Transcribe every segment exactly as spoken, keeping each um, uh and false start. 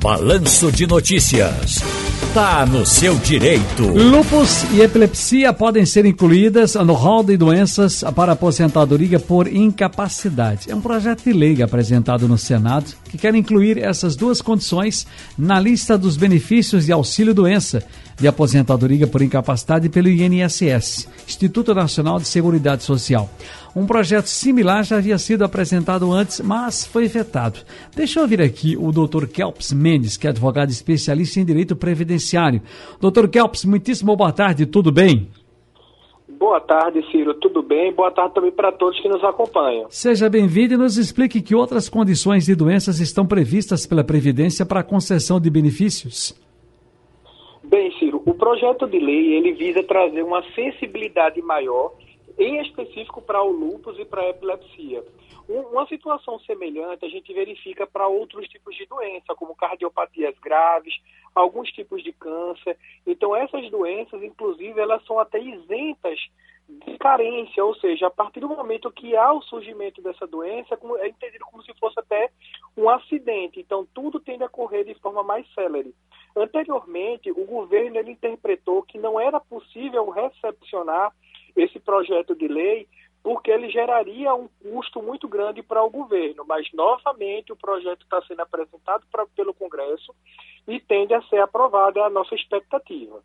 Balanço de Notícias. Tá no seu direito. Lúpus e epilepsia podem ser incluídas no rol de doenças para aposentadoria por incapacidade. É um projeto de lei apresentado no Senado que quer incluir essas duas condições na lista dos benefícios de auxílio-doença de aposentadoria por incapacidade pelo I N S S, Instituto Nacional de Seguridade Social. Um projeto similar já havia sido apresentado antes, mas foi vetado. Deixa eu ouvir aqui o doutor Kelps Mendes, que é advogado especialista em direito previdenciário. doutor Kelps, muitíssimo boa tarde, tudo bem? Boa tarde, Ciro, tudo bem? Boa tarde também para todos que nos acompanham. Seja bem-vindo e nos explique que outras condições de doenças estão previstas pela Previdência para a concessão de benefícios. Bem, Ciro, o projeto de lei ele visa trazer uma sensibilidade maior, em específico para o lúpus e para a epilepsia. Um, uma situação semelhante a gente verifica para outros tipos de doença, como cardiopatias graves, alguns tipos de câncer. Então, essas doenças, inclusive, elas são até isentas de carência, ou seja, a partir do momento que há o surgimento dessa doença, é entendido como se fosse até um acidente. Então, tudo tende a correr de forma mais célere. Anteriormente, o governo ele interpretou que não era possível recepcionar esse projeto de lei porque ele geraria um custo muito grande para o governo. Mas, novamente, o projeto está sendo apresentado pra, pelo Congresso e tende a ser aprovado, é a nossa expectativa.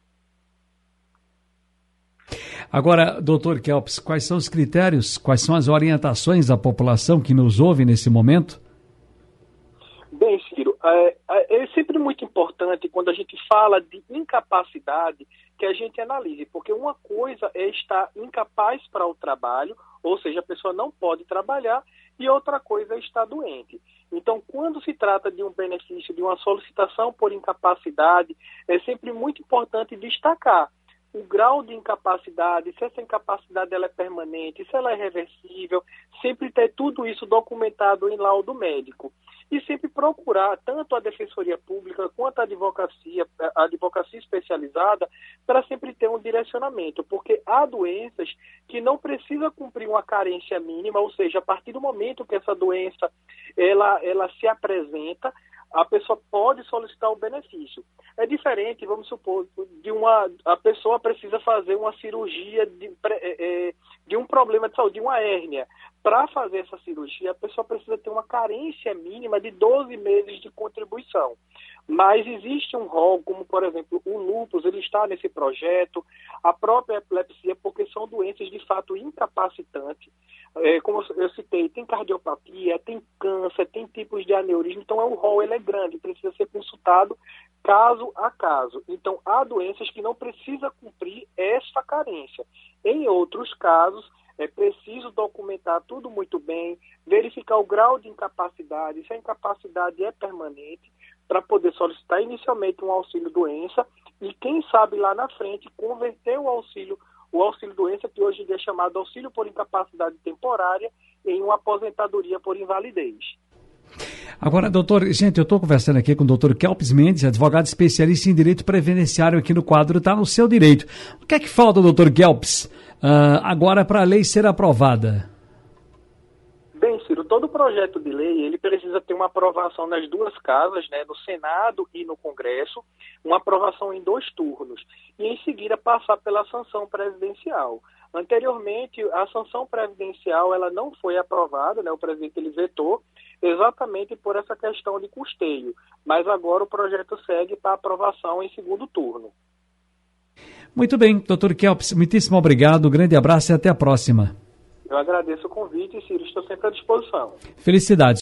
Agora, doutor Kelps, quais são os critérios, quais são as orientações da população que nos ouve nesse momento? Bem, Ciro, é, é sempre muito importante quando a gente fala de incapacidade que a gente analise, porque uma coisa é estar incapaz para o trabalho, ou seja, a pessoa não pode trabalhar, e outra coisa é estar doente. Então, quando se trata de um benefício, de uma solicitação por incapacidade, é sempre muito importante destacar o grau de incapacidade, se essa incapacidade ela é permanente, se ela é reversível, sempre ter tudo isso documentado em laudo médico. E sempre procurar tanto a Defensoria Pública quanto a advocacia, a advocacia especializada, para sempre ter um direcionamento, porque há doenças que não precisa cumprir uma carência mínima, ou seja, a partir do momento que essa doença ela, ela se apresenta, a pessoa pode solicitar o benefício. É diferente, vamos supor, de uma, a pessoa precisa fazer uma cirurgia de, é, de um problema de saúde, de uma hérnia. Para fazer essa cirurgia, a pessoa precisa ter uma carência mínima de doze meses de contribuição. Mas existe um rol, como, por exemplo, o lúpus, ele está nesse projeto, a própria epilepsia, porque são doenças de fato incapacitantes. É, como eu citei, tem cardiopatia, tem câncer, tem tipos de aneurisma, então é um rol, ele é grande, precisa ser consultado caso a caso. Então, há doenças que não precisa cumprir esta carência. Em outros casos, é preciso documentar tudo muito bem, verificar o grau de incapacidade, se a incapacidade é permanente, para poder solicitar inicialmente um auxílio-doença e, quem sabe, lá na frente, converter o auxílio o auxílio-doença, que hoje em dia é chamado auxílio por incapacidade temporária, em uma aposentadoria por invalidez. Agora, doutor, gente, eu estou conversando aqui com o doutor Kelps Mendes, advogado especialista em direito previdenciário aqui no quadro Está no Seu Direito. O que é que falta, doutor Kelps, uh, agora para a lei ser aprovada? Bem, Ciro, todo projeto de lei ele precisa ter uma aprovação nas duas casas, né, no Senado e no Congresso, uma aprovação em dois turnos, e em seguida passar pela sanção presidencial. Anteriormente, a sanção presidencial ela não foi aprovada, né, o presidente ele vetou, exatamente por essa questão de custeio, mas agora o projeto segue para aprovação em segundo turno. Muito bem, doutor Kelps, muitíssimo obrigado, um grande abraço e até a próxima. Eu agradeço o convite, Ciro, estou sempre à disposição. Felicidades.